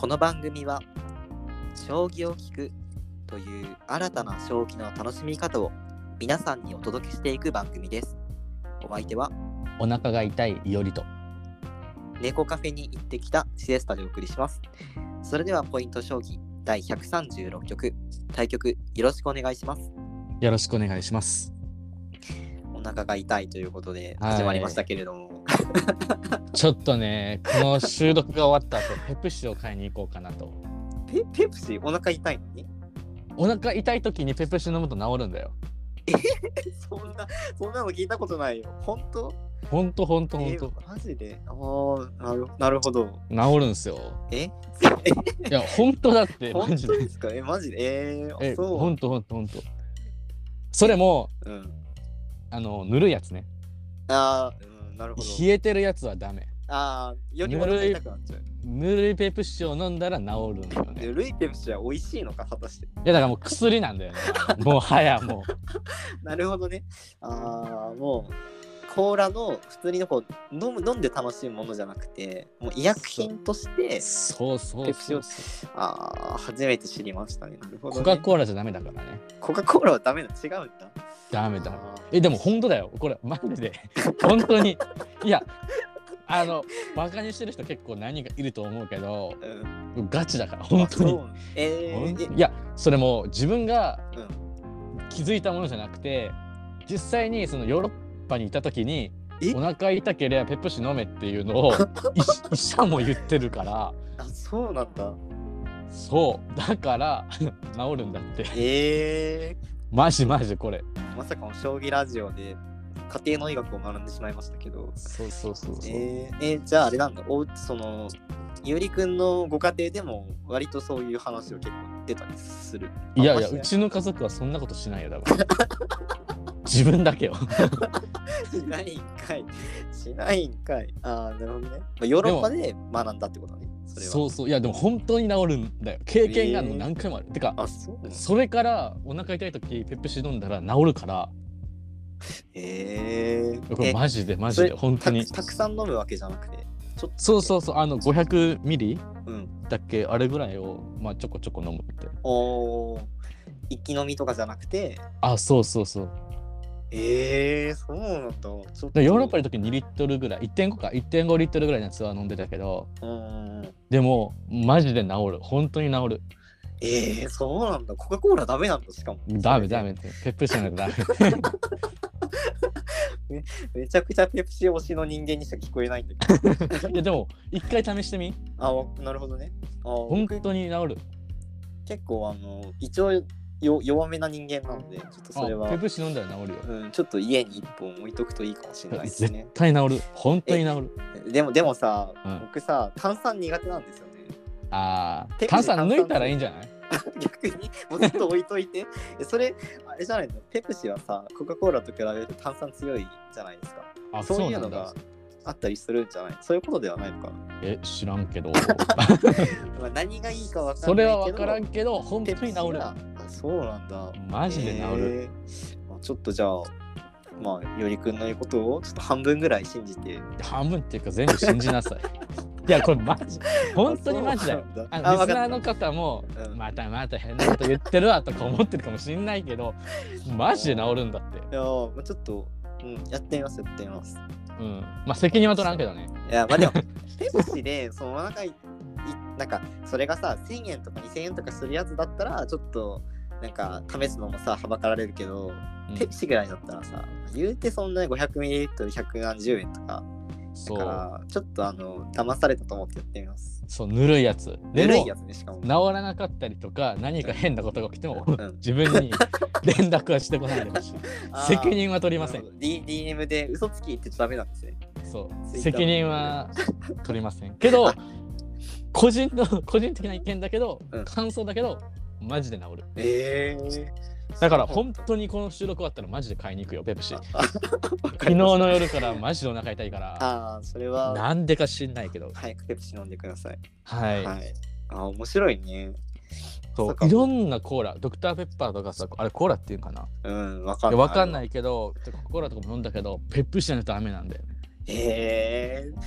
この番組は将棋を聞くという新たな将棋の楽しみ方を皆さんにお届けしていく番組です。お相手はお腹が痛いいおりと猫カフェに行ってきたシエスタでお送りします。それではポイント将棋第136局対局よろしくお願いします。 よろしくお願いします。 お腹が痛いということで始まりましたけれども、 ちょっとね、この収録が終わった後ペプシを買いに行こうかなと。 ペプシお腹痛いのに？ お腹痛い時にペプシ飲むと治るんだよ。 そんなの聞いたことないよ。本当マジで？なるほど。 治るんすよ。いや本当だってマジで。 本当ですか？マジで？そう。 本当。それも、ぬるいやつね。 なるほど。 冷えてるやつはダメ。 よりお腹痛くなっちゃう。 ぬるいペプシを飲んだら治るんだよね。 ぬるいペプシは美味しいのか果たして。 いやだからもう薬なんだよね。もうなるほどね。もうコーラの普通に飲んで楽しむものじゃなくて、もう医薬品としてそうペプシを初めて知りましたね。なるほどね。 コカ・コーラじゃダメだからね。 コカ・コーラはダメだ。違うんだ。 ダメ。でも本当だよ。これマジで本当にいやバカにしてる人結構何人かいると思うけど、ガチだから本当に。いやそれも自分が気づいたものじゃなくて、実際にそのヨーロッパにいた時にお腹痛ければペプシ飲めっていうのを医者も言ってるから。 そうなんだ。 そうだから治るんだって。マジこれまさかの将棋ラジオで家庭の医学を学んでしまいましたけど。 そうじゃああれなんだ。そのゆうりくんのご家庭でも割とそういう話を結構出たりする？ いやうちの家族はそんなことしないよ。だから自分だけよ。 しないんかい。なるほどね。ヨーロッパで学んだってことね。 そういやでも本当に治るんだよ。経験が何回もある。てかそれからお腹痛い時ペプシ飲んだら治るから。これマジで本当にたくさん飲むわけじゃなくてちょっとそう500ミリ、だっけあれぐらいをちょこちょこ飲むって。 一気飲みとかじゃなくて。 そうそうなんだ。ヨーロッパの時2リットルぐらい 1.5 リットルぐらいのやつは飲んでたけど、でもマジで治る。本当に治る。 そうなんだ。コカ・コーラダメなんだ。しかもダメってペプシじゃないとダメ。 めちゃくちゃペプシ推しの人間にしか聞こえないんだけど。 いやでも一回試してみ。 なるほどね。 本当に治る。 結構一応弱めな人間なので、ちょっとそれはペプシ飲んだら治るよ。 ちょっと家に1本置いとくといいかもしれないですね。 絶対治る。本当に治る。 でもさ、僕さ炭酸苦手なんですよね。 炭酸抜いたらいいんじゃない？ 逆にもうずっと置いといて。それあれじゃないの？ペプシはさコカ・コーラと比べると炭酸強いじゃないですか。そういうのがあったりするんじゃない？そういうことではないのかな？ 知らんけど。 何がいいか分からんけど。 それは分からんけど本当に治る。 そうなんだ。 マジで治る。 ちょっとじゃあよりくんの言うことをちょっと半分ぐらい信じて。 半分っていうか全部信じなさい。いやこれマジ本当にマジだよ。リスナーの方もまた変なこと言ってるわとか思ってるかもしれないけど、マジで治るんだって。 いやちょっと、やってみます。 責任は取らんけどね。 いやでもペプシでそのなんかそれがさ1000円とか2000円とかするやつだったらちょっとなんか試すのもさはばかられるけど、ペプシぐらいだったらさ言うてそんな 500ml100 何十円とかだからちょっと騙されたと思ってやってみます。 ぬるいやつでもね、しかも治らなかったりとか何か変なことが起きても、自分に連絡はしてこないでほしい。責任は取りません。 DM で嘘つきってダメなんですね。 そう責任は取りませんけど個人的な意見だけど、感想だけどマジで治る。だから本当にこの収録終わったらマジで買いに行くよペプシ。昨日の夜からマジでお腹痛いから。 それはなんでか知んないけど早くペプシ飲んでください。面白いね。 いろんなコーラドクターペッパーとかさ、あれコーラっていうかな、わかんないけどコカ・コーラとかも飲んだけどペプシじゃないとダメなんだよね。 そ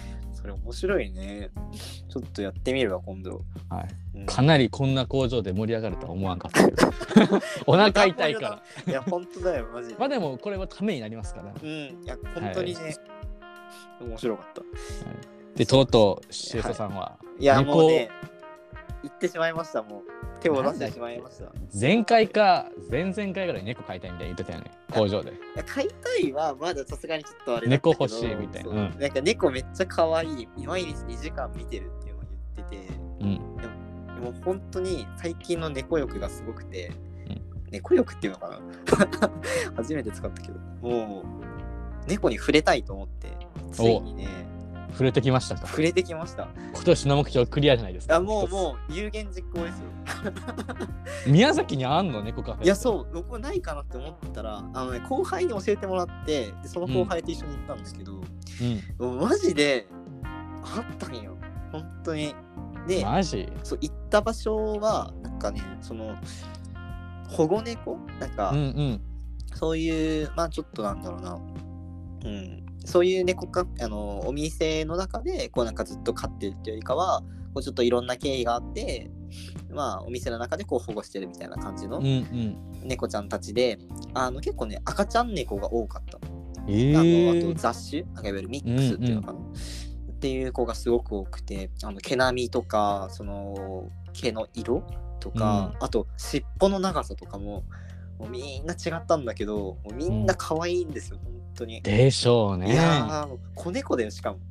それ面白いね。ちょっとやってみるわ今度。 はい、かなりこんな工場で盛り上がるとは思わんかったけどお腹痛いからいや本当だよマジで。 まあでもこれはためになりますから。 いや本当にね、面白かった。 でとうとうシエスタさんは、 いやもうね行ってしまいました。もう手を出してしまいました。 前回か前々回ぐらい猫飼いたいみたいに言ってたよね、工場で。 いや飼いたいはまださすがにちょっとあれだったけど、 猫欲しいみたいな、 なんか猫めっちゃ可愛い、毎日2時間見てるっていうのを言ってて、でも本当に最近の猫欲がすごくて、猫欲っていうのかな初めて使ったけど、もう猫に触れたいと思ってついにね触れてきましたか。 触れてきました。 今年の目標クリアじゃないですか。 もう有言実行ですよ宮崎にあんの猫カフェ。 いやそう僕はないかなって思ったら後輩に教えてもらって、でその後輩と一緒に行ったんですけど、もうマジであったんよ本当に。でマジそう行った場所はなんかね、その保護猫なんか、そういうまあちょっとなんだろうな、そういう猫かお店の中でこうなんかずっと飼ってるっていうよりかは、こうちょっといろんな経緯があって、まあお店の中でこう保護してるみたいな感じの猫ちゃんたちで、結構ね赤ちゃん猫が多かった。あと雑種なんかいわゆるミックスっていうのかな、っていう子がすごく多くて、毛並みとかその毛の色とか、あと尻尾の長さとかもみんな違ったんだけど、もうみんな可愛いんですよ、本当に。 でしょうね。 いやー子猫だよしかも。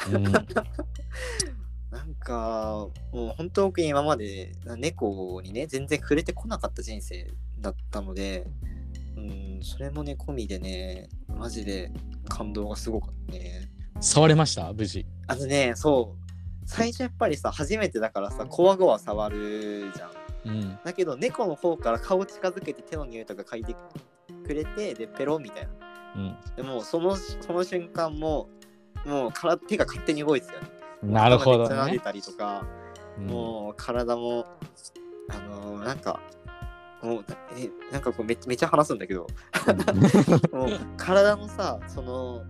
なんかもう本当僕今まで猫にね全然触れてこなかった人生だったので、それもね込みでねマジで感動がすごかったね。 触れました無事。 そう最初やっぱりさ初めてだからさこわごわ触るじゃん。だけど猫の方から顔近づけて手の匂いとか嗅いでくれて、でペロみたいな、でもその瞬間もう手が勝手に動いてたよね。 なるほどね。 頭がめっちゃ撫でたりとか、もう体もなんかもうなんかこうめっちゃ話すんだけどもう体のさその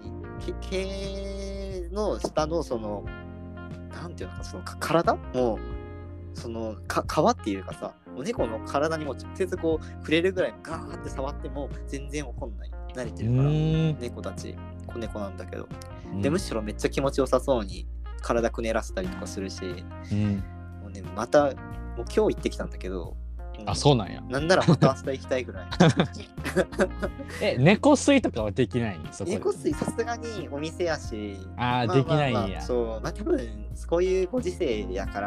毛の下のそのなんていうのかその体もうその皮っていうかさ、猫の体にも直接こう触れるぐらいガーって触っても全然怒んない、慣れてるから猫たち子猫なんだけど、でむしろめっちゃ気持ちよさそうに体くねらせたりとかするし、もうねまたもう今日行ってきたんだけど、 そうなんや。 なんならまた明日行きたいぐらい猫吸いとかはできないん？そこで猫吸いさすがにお店やし、 できないんや。 そう多分そういうご時世やから、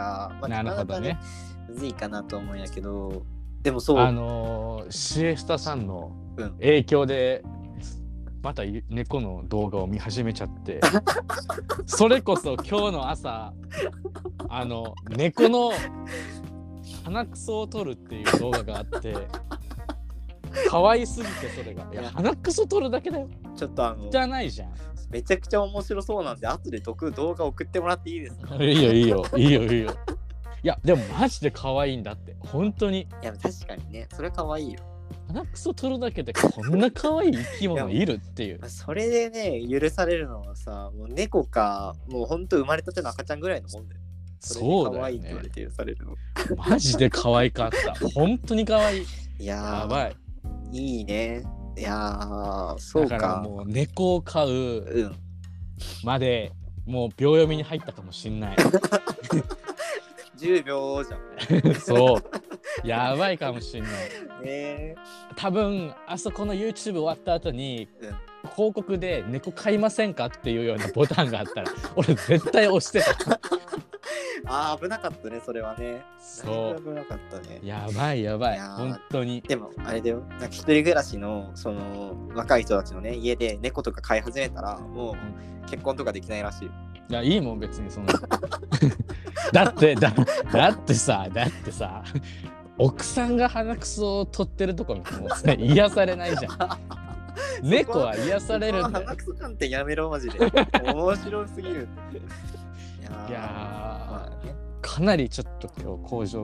なるほどね。 むずいかなと思うんやけど、でもそうシエスタさんの影響で、また猫の動画を見始めちゃってそれこそ今日の朝猫の鼻くそを取るっていう動画があって可愛すぎて、それが鼻くそ取るだけだよ。 ちょっとじゃないじゃん。 めちゃくちゃ面白そうなんで後で動画送ってもらっていいですか？ いいよいやでもマジで可愛いんだって本当に。 いや確かにねそれ可愛いよ。 鼻くそ取るだけでこんな可愛い生き物いるっていうそれでね許されるのはさ、もう猫かもうほんと生まれたての赤ちゃんぐらいのもんだよ。 そうだよね。可愛いって言われて許されるのマジで可愛かった本当に可愛い。やばいいいね。いやそうか。 だからもう猫を飼うまでもう秒読みに入ったかもしんない 10秒じゃんそうやばいかもしんない多分あそこの YouTube 終わった後に、広告で猫飼いませんかっていうようなボタンがあったら俺絶対押してた危なかったねそれはね。 そう危なかったね。 やばい本当に。 でもあれだよ、なんか一人暮らしのその若い人たちのね家で猫とか飼い始めたらもう結婚とかできないらしい。 いやいいもん別にそのだってさ奥さんが鼻くそを取ってるところも癒されないじゃん猫は癒されるんだよ。 鼻くそ観点やめろマジで面白すぎるいやかなりちょっと今日工場が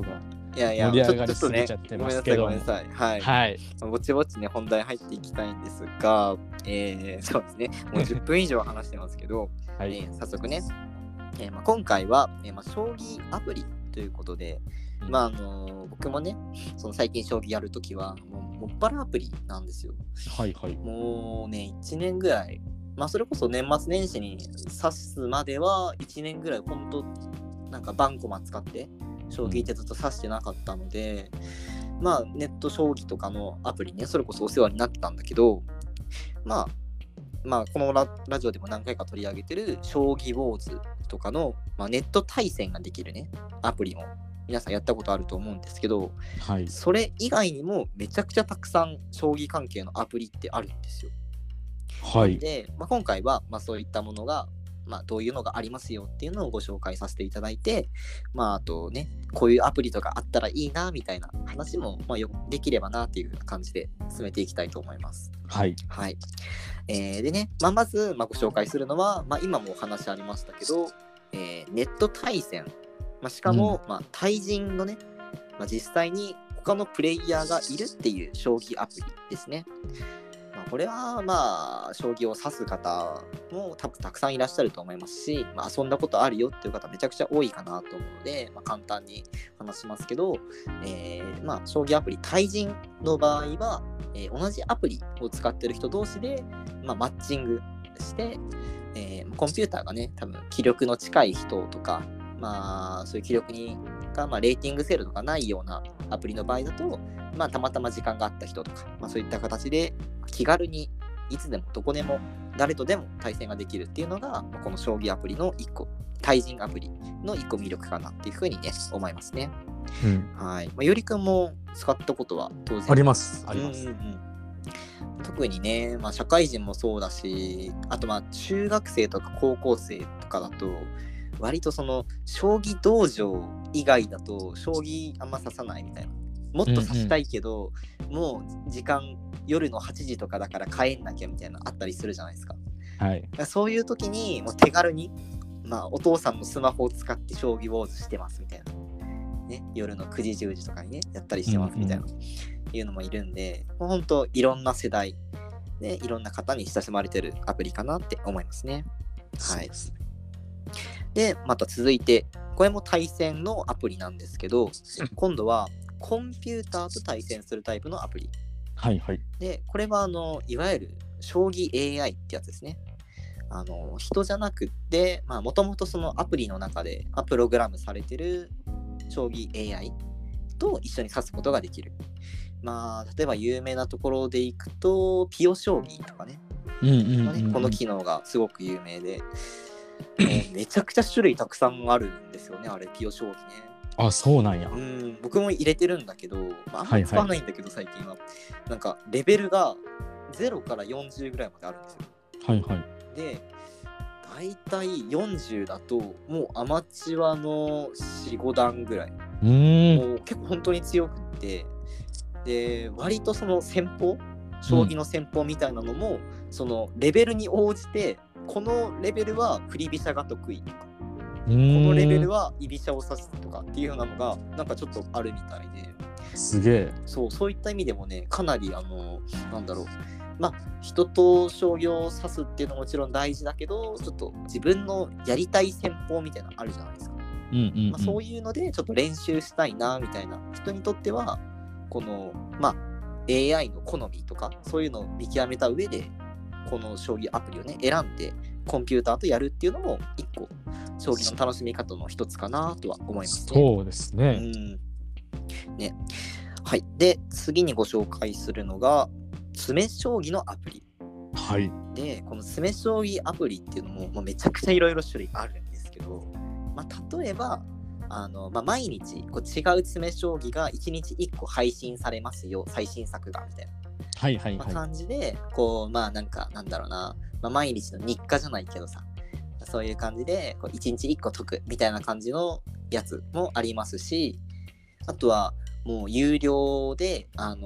いやいや、 盛り上がりすぎちゃってますけど、 ごめんなさい。はい。 はい。 ぼちぼちね、本題入っていきたいんですが、そうですね、もう10分以上話してますけど、 はい、 早速ね、今回は、将棋アプリということで、僕もね、その最近将棋やるときは、もっぱらアプリなんですよ。 はいはい。 もうね、1年ぐらい、それこそ年末年始に指すまでは、1年ぐらい、ほんと、なんかバンコマ使って、将棋ってずっと指してなかったので、ネット将棋とかのアプリね、それこそお世話になってたんだけど、この ラジオでも何回か取り上げてる将棋ウォーズとかの、ネット対戦ができるね、アプリも皆さんやったことあると思うんですけど、 はい、 それ以外にもめちゃくちゃたくさん将棋関係のアプリってあるんですよ。 はい。 で、今回は、そういったものが、どういうのがありますよっていうのをご紹介させていただいて、あとね、こういうアプリとかあったらいいなみたいな話も、できればなっていう感じで進めていきたいと思います。 はい。 はい。でね、まず、ご紹介するのは、今もお話ありましたけど、ネット対戦、しかも、対人のね、実際に他のプレイヤーがいるっていう将棋アプリですね。これは将棋を指す方も多分たくさんいらっしゃると思いますし、遊んだことあるよっていう方めちゃくちゃ多いかなと思うので、簡単に話しますけど、将棋アプリ対人の場合は、同じアプリを使ってる人同士で、マッチングして、コンピューターがね多分気力の近い人とか、そういう気力がレーティング制度とかないようなアプリの場合だと、たまたま時間があった人とか、そういった形で気軽にいつでもどこでも誰とでも対戦ができるっていうのが、この将棋アプリの1個、対人アプリの1個魅力かなっていうふうにね思いますね。はい。よりくんも使ったことは当然あります。あります。 特にね、社会人もそうだし、あと中学生とか高校生とかだと割とその将棋道場以外だと将棋あんま指さないみたいな、もっと指したいけど、もう時間夜の8時とかだから帰んなきゃみたいなあったりするじゃないですか。 はい。 そういう時にもう手軽に、お父さんのスマホを使って将棋ウォーズしてますみたいな、ね、夜の9時10時とかにねやったりしてますみたいな、いうのもいるんで、もうほんといろんな世代でいろんな方に親しまれてるアプリかなって思いますね。はい。で、また続いて、これも対戦のアプリなんですけど、今度はコンピューターと対戦するタイプのアプリ。 はいはい。 で、これはいわゆる将棋 AI ってやつですね。人じゃなくって、もともとそのアプリの中でプログラムされてる将棋 AI と一緒に指すことができる。例えば有名なところでいくと、ピオ将棋とかね。この機能がすごく有名で、めちゃくちゃ種類たくさんあるんですよね、あれ、ピオ将棋ね。 あ、そうなんや。 僕も入れてるんだけだけど、あんまり使わないんだけど、最近は。なんか、レベルが0から40ぐらいまであるんですよ。 はいはい。 で、大体40だと、もうアマチュアの4、5段ぐらい。もう結構本当に強くって、で、割とその戦法、将棋の戦法みたいなのも、そのレベルに応じて、このレベルは振り飛車が得意とか、このレベルは居飛車を指すとかっていうようなのがなんかちょっとあるみたいで、 すげえ。 そういった意味でもね、かなり人と将棋を指すっていうのももちろん大事だけど、ちょっと自分のやりたい戦法みたいなのあるじゃないですか。そういうのでちょっと練習したいなみたいな人にとっては、このAI の好みとかそういうのを見極めた上でこの将棋アプリをね選んでコンピューターとやるっていうのも一個将棋の楽しみ方の一つかなとは思いますね。 そうですね。 ね。はい。で、次にご紹介するのが詰将棋のアプリ。 はい。 で、この詰将棋アプリっていうのも、めちゃくちゃいろいろ種類あるんですけど、例えば毎日こう違う詰将棋が1日1個配信されますよ、最新作がみたいな、感じでこうなんだろうな、毎日の日課じゃないけどさ、そういう感じでこう1日1個解くみたいな感じのやつもありますし、あとはもう有料で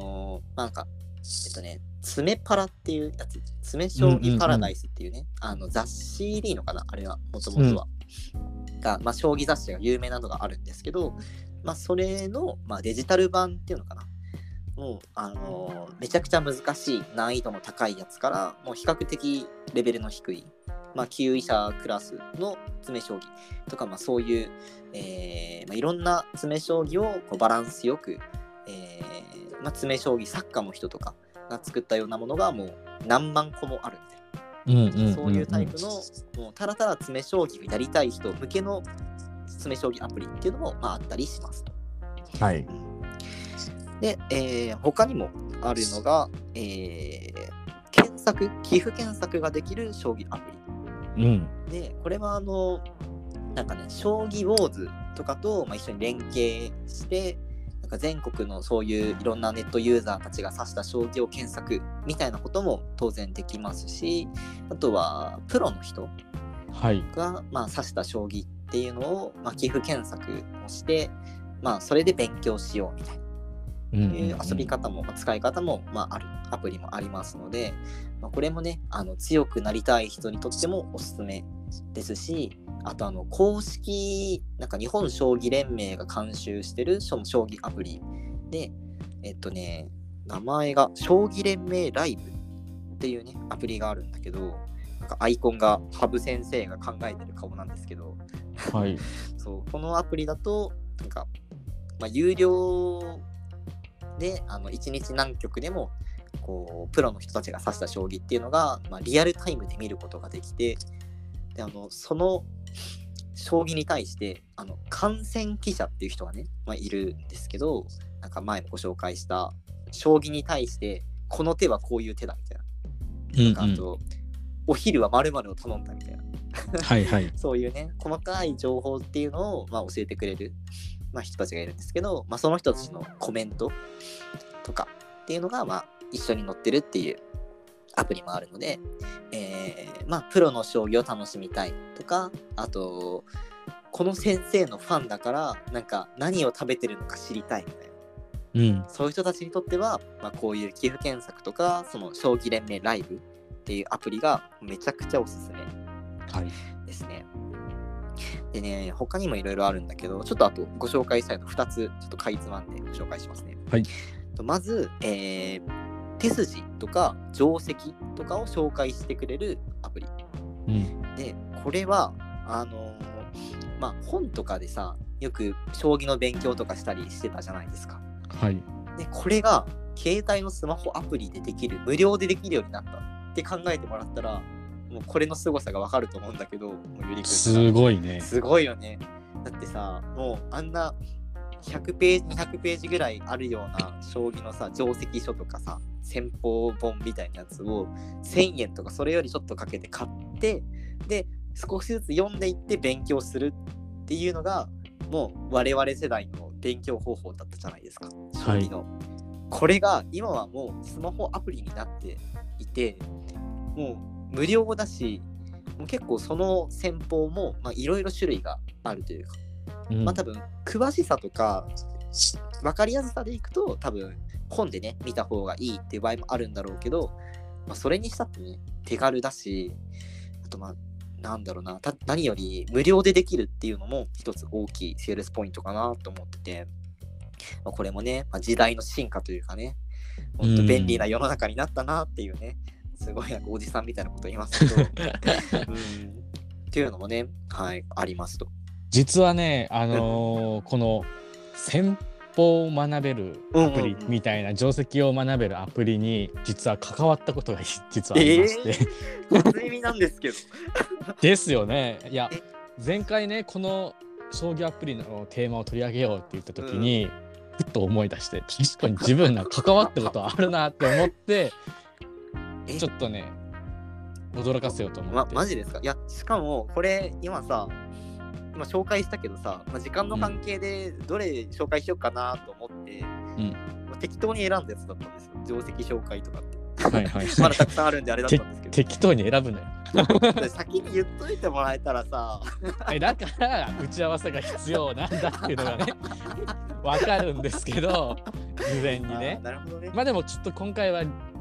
詰パラっていうやつ、詰将棋パラダイスっていうね、雑誌でいいのかな、あれはもともとは、将棋雑誌が有名なのがあるんですけど、 それの、デジタル版っていうのかな。もうめちゃくちゃ難しい難易度の高いやつからもう比較的レベルの低い、級位者クラスの詰将棋とか、そういう、いろんな詰将棋をこうバランスよく、詰将棋作家の人とかが作ったようなものがもう何万個もあるみたいな、そういうタイプのもうただただ詰将棋がやりたい人向けの詰将棋アプリっていうのもあったりしますと。 はい。 で、他にもあるのが、寄付検索ができる将棋アプリ。で、これは将棋ウォーズとかと、一緒に連携して、全国のそういういろんなネットユーザーたちが指した将棋を検索みたいなことも当然できますし、あとはプロの人が、指した将棋っていうのを、寄付検索をして、それで勉強しようみたいな。いう遊び方も、使い方も、あるアプリもありますので、これもね強くなりたい人にとってもおすすめですし、あと公式日本将棋連盟が監修してるその将棋アプリで名前が将棋連盟ライブっていうねアプリがあるんだけど、アイコンが羽生先生が考えてる顔なんですけど、そうこのアプリだと有料で1日何局でもこうプロの人たちが指した将棋っていうのが、リアルタイムで見ることができて、でその将棋に対して観戦記者っていう人がね、いるんですけど、前もご紹介した将棋に対してこの手はこういう手だみたいな、あとお昼は〇〇を頼んだみたいなそういうね細かい情報っていうのを、教えてくれる人たちがいるんですけど、その人たちのコメントとかっていうのが、一緒に載ってるっていうアプリもあるので、プロの将棋を楽しみたいとか、あとこの先生のファンだから何を食べてるのか知りたいみたいな、そういう人たちにとっては、こういう寄付検索とかその将棋連盟ライブっていうアプリがめちゃくちゃおすすめですね。でね、他にもいろいろあるんだけど、ちょっとあとご紹介したいの2つちょっとかいつまんでご紹介しますね。まず、手筋とか定石とかを紹介してくれるアプリ、でこれは本とかでさよく将棋の勉強とかしたりしてたじゃないですか。でこれが携帯のスマホアプリでできる、無料でできるようになったって考えてもらったらもうこれの凄さがわかると思うんだけど、ゆりくんすごいね。 すごいよね。だってさ、もうあんな100ページ200ページぐらいあるような将棋のさ定石書とかさ戦法本みたいなやつを1000円とかそれよりちょっとかけて買って、で少しずつ読んでいって勉強するっていうのがもう我々世代の勉強方法だったじゃないですか、将棋の。これが今はもうスマホアプリになっていて、もう無料だし、もう結構その戦法もいろいろ種類があるというか、多分詳しさとか分かりやすさでいくと多分本でね見た方がいいっていう場合もあるんだろうけど、それにしたってね手軽だし、あと何より無料でできるっていうのも一つ大きいセールスポイントかなと思ってて、これもね、時代の進化というかね、本当便利な世の中になったなっていうね、すごいおじさんみたいなこと言いますけどっていうのもね、ありますと。 実はね、この戦法を学べるアプリみたいな、定石を学べるアプリに実は関わったことが実はありまして、 初耳なんですけどですよね。いや前回ねこの将棋アプリのテーマを取り上げようって言った時に、ふっと思い出して、確かに自分が関わったことあるなって思ってちょっとね驚かせようと思って。 マジですか？いや、しかもこれ今紹介したけどさ、時間の関係でどれ紹介しようかなと思って、適当に選んだやつだったんですよ、定石紹介とかって。まだたくさんあるんであれだったんですけど適当に選ぶのよ先に言っといてもらえたらさだから打ち合わせが必要なんだっていうのがね分かるんですけど、事前にね。 なるほどね。 でもちょっと今回は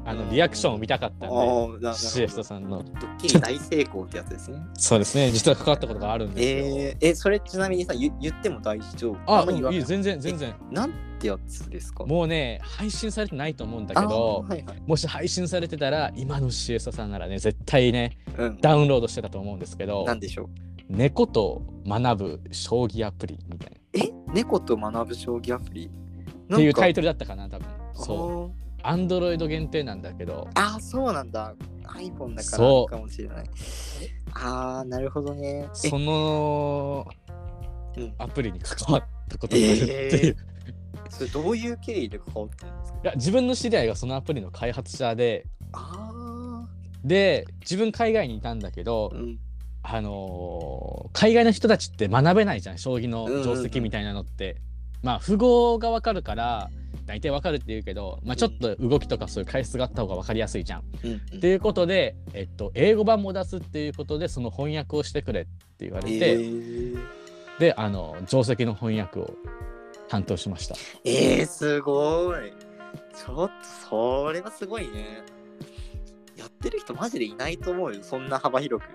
リアクションを見たかったんで、シエスタさんのドッキリ大成功ってやつですね。 そうですね、実は関わったことがあるんですよ。 それちなみにさ、言っても大丈夫？ いい、全然。 なんてやつですか？ もうね、配信されてないと思うんだけど、もし配信されてたら、今のシエスタさんならね、絶対ね、ダウンロードしてたと思うんですけど、 なんでしょう？ 猫と学ぶ将棋アプリみたいな。猫と学ぶ将棋アプリっていうタイトルだったかな、多分。そう。Android 限定なんだけど。 そうなんだ。iPhone だからあるかもしれない。なるほどね。 そのアプリに関わったことがあるっていう。 それどういう経緯で関わったんですか？ いや、自分の知り合いがそのアプリの開発者で、で、自分海外にいたんだけど、海外の人たちって学べないじゃん、将棋の定石みたいなのって。まあ符号が分かるから大体分かるって言うけど、まあ、ちょっと動きとかそういう解説があった方が分かりやすいじゃん。っていうことで、英語版も出すっていうことでその翻訳をしてくれって言われて、で定石の翻訳を担当しました。 すごい。ちょっとそれはすごいね。やってる人マジでいないと思うよ、そんな幅広く。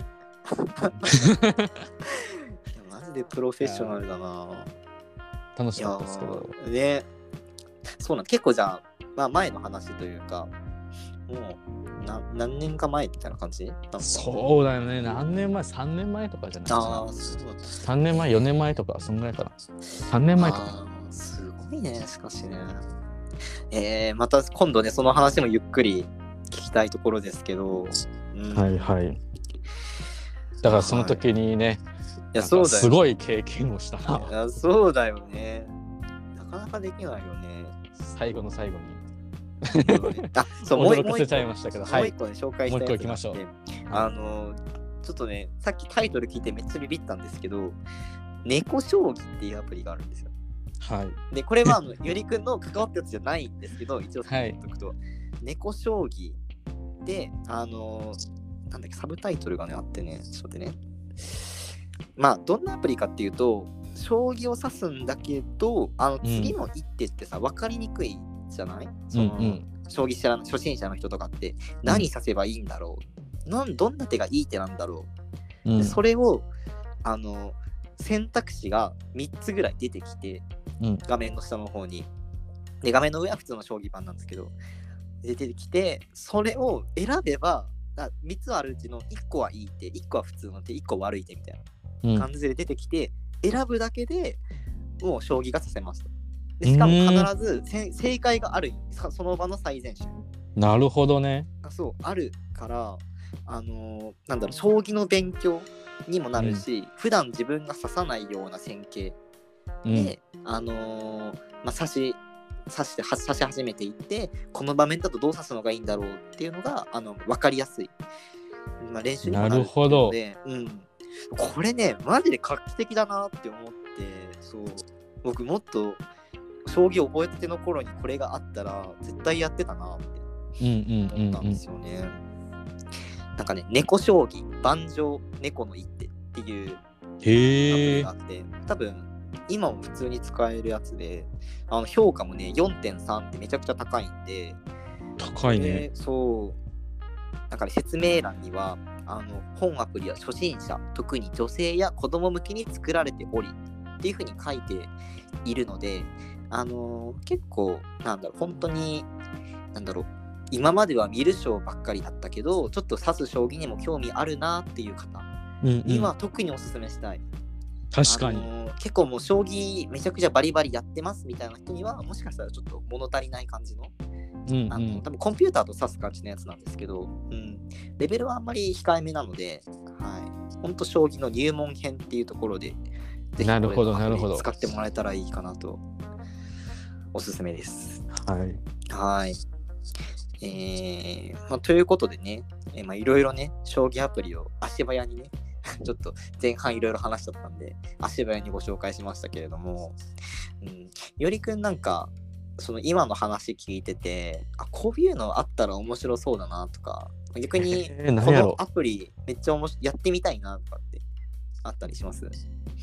マジでプロフェッショナルだな。 楽しかったですけどね。そうなん、結構じゃあ、まあ、前の話というか、もう何年か前みたいな感じ？ そうだよね。何年前？3年前とかじゃないかな。3年前4年前とかそんぐらいかな。3年前とか。 すごいね。しかしね、また今度ねその話もゆっくり聞きたいところですけど、 はいはい。だからその時にね、 いや、そうだよ。 すごい経験をしたな。 いや、そうだよね。なかなかできないよね。 最後の最後に。 そう、 驚かせちゃいましたけど、 もう一個ね、紹介したやつがあって、 もう一個行きましょう。 ちょっとね、さっきタイトル聞いてめっちゃビビったんですけど、猫将棋っていうアプリがあるんですよ。 はい。 で、これはゆりくんの関わったやつじゃないんですけど、一応言っとくと、猫将棋で、なんだっけ、サブタイトルがね、あってね、ちょっと待ってね。まあ、どんなアプリかっていうと、将棋を指すんだけど、次の一手ってさ、分かりにくいじゃない？将棋初心者の人とかって、何指せばいいんだろう？どんな手がいい手なんだろう？でそれを、選択肢が3つぐらい出てきて、画面の下の方に。で、画面の上は普通の将棋盤なんですけど、出てきて、それを選べば、3つあるうちの1個はいい手、1個は普通の手、1個悪い手みたいな感じで出てきて、選ぶだけでもう将棋が指せますと。でしかも必ず正解がある、その場の最善手。 なるほどね。 そうあるから、なんだろう、将棋の勉強にもなるし、普段自分が指さないような戦型で、指し始めていって、この場面だとどう指すのがいいんだろうっていうのが分かりやすい、練習にもなるので、これねマジで画期的だなって思って、そう僕もっと将棋覚えたての頃にこれがあったら絶対やってたなって思ったんですよね。なんかね、猫将棋盤上猫の一手っていうアプリがあって、多分今も普通に使えるやつで、評価もね 4.3 ってめちゃくちゃ高いんで。 高いね。 そうなんかね、説明欄には本アプリは初心者、特に女性や子供向けに作られておりっていう風に書いているので、結構なんだろう、本当になんだろう、今までは見る将ばっかりだったけど、ちょっと指す将棋にも興味あるなっていう方には特におすすめしたい。 確かに、 結構もう将棋めちゃくちゃバリバリやってますみたいな人にはもしかしたらちょっと物足りない感じの、多分コンピューターと指す感じのやつなんですけど、レベルはあんまり控えめなので、本当将棋の入門編っていうところでぜひこれ使ってもらえたらいいかなとおすすめです。はい。ということでね、いろいろね、将棋アプリを足早にねちょっと前半いろいろ話しちゃったんで足早にご紹介しましたけれども、よりくんなんかその今の話聞いてて、こういうのあったら面白そうだなとか、逆にこのアプリめっちゃやってみたいなとかってあったりします？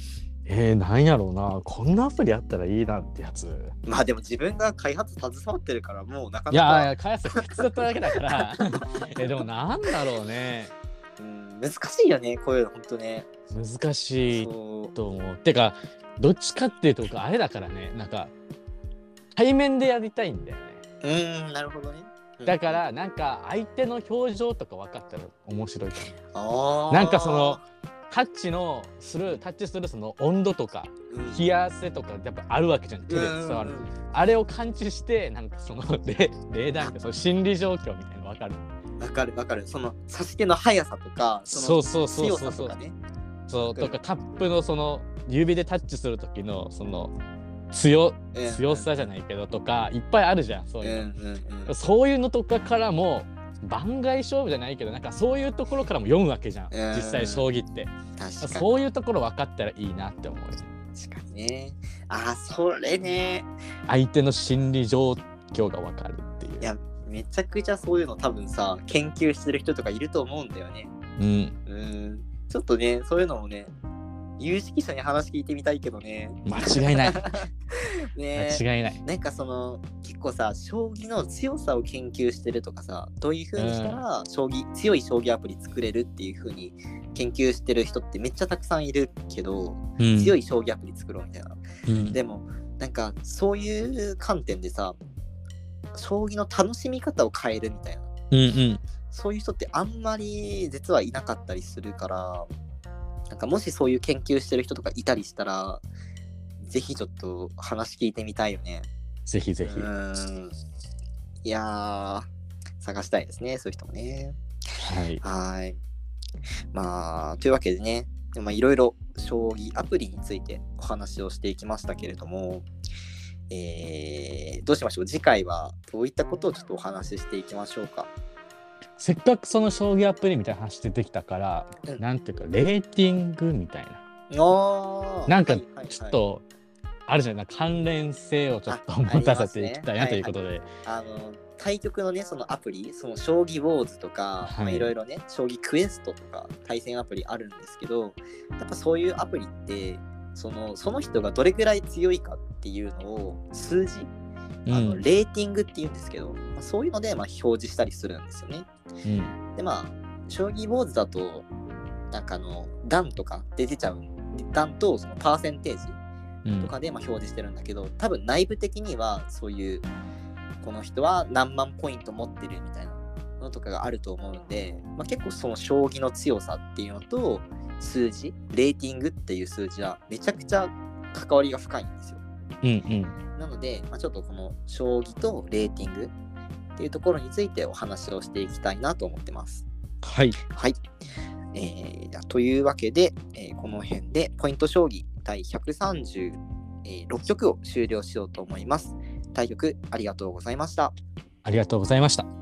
なんやろうな、こんなアプリあったらいいなってやつ。 まあでも自分が開発携わってるからもうなかいやなか開発手伝ったわけだからでもなんだろうね、 難しいよね、こういうのほんとね。 難しいそうと思う。てかどっちかっていうとあれだからね、なんか対面でやりたいんだよね。 なるほどね。 だからなんか相手の表情とか分かったら面白いかも。 あなんかそのタッチするその温度とか冷や汗とかやっぱあるわけじゃん、手で伝わる。あれを感知してなんかその冷暖ってその心理状況みたいなの分かる。 わかる。その差し手の速さとか、 そう強さとかね。 そうとかタップのその指でタッチする時のその強さじゃないけどとかいっぱいあるじゃん、そういうの。そういうのとかからも番外勝負じゃないけどなんかそういうところからも読むわけじゃん、実際将棋って。そういうところ分かったらいいなって思う。 確かにね。それね。 相手の心理状況が分かるっていう。 いやめちゃくちゃそういうの多分さ研究してる人とかいると思うんだよね。ちょっとねそういうのもね有識者に話聞いてみたいけどね。 間違いないね、 間違いない。 なんかその結構さ将棋の強さを研究してるとかさ、どういう風にしたら強い将棋アプリ作れるっていう風に研究してる人ってめっちゃたくさんいるけど、強い将棋アプリ作ろうみたいな、でもなんかそういう観点でさ将棋の楽しみ方を変えるみたいな、そういう人ってあんまり実はいなかったりするから、なんかもしそういう研究してる人とかいたりしたらぜひちょっと話聞いてみたいよね。 ぜひぜひ。 いやー探したいですね、そういう人もね。はい。まあというわけでね、いろいろ将棋アプリについてお話をしていきましたけれども、どうしましょう。次回はどういったことをちょっとお話ししていきましょうか。 せっかくその将棋アプリみたいな話出てきたから、なんていうかレーティングみたいな。なんかちょっとあるじゃない、関連性をちょっと持たせていきたいなということで。 対局のねそのアプリ、その将棋ウォーズとかいろいろね将棋クエストとか対戦アプリあるんですけど、やっぱそういうアプリってその人がどれくらい強いかっていうのを数字、レーティングっていうんですけど、そういうので表示したりするんですよね。で将棋ウォーズだとなんか段とかで出ちゃう、段とそのパーセンテージとかで表示してるんだけど、多分内部的にはそういうこの人は何万ポイント持ってるみたいなのとかがあると思うんで、結構その将棋の強さっていうのと数字、レーティングっていう数字はめちゃくちゃ関わりが深いんですよ。なので、ちょっとこの将棋とレーティングっていうところについてお話をしていきたいなと思ってます。はい。というわけで、この辺でポイント将棋第136局を終了しようと思います。対局ありがとうございました。 ありがとうございました。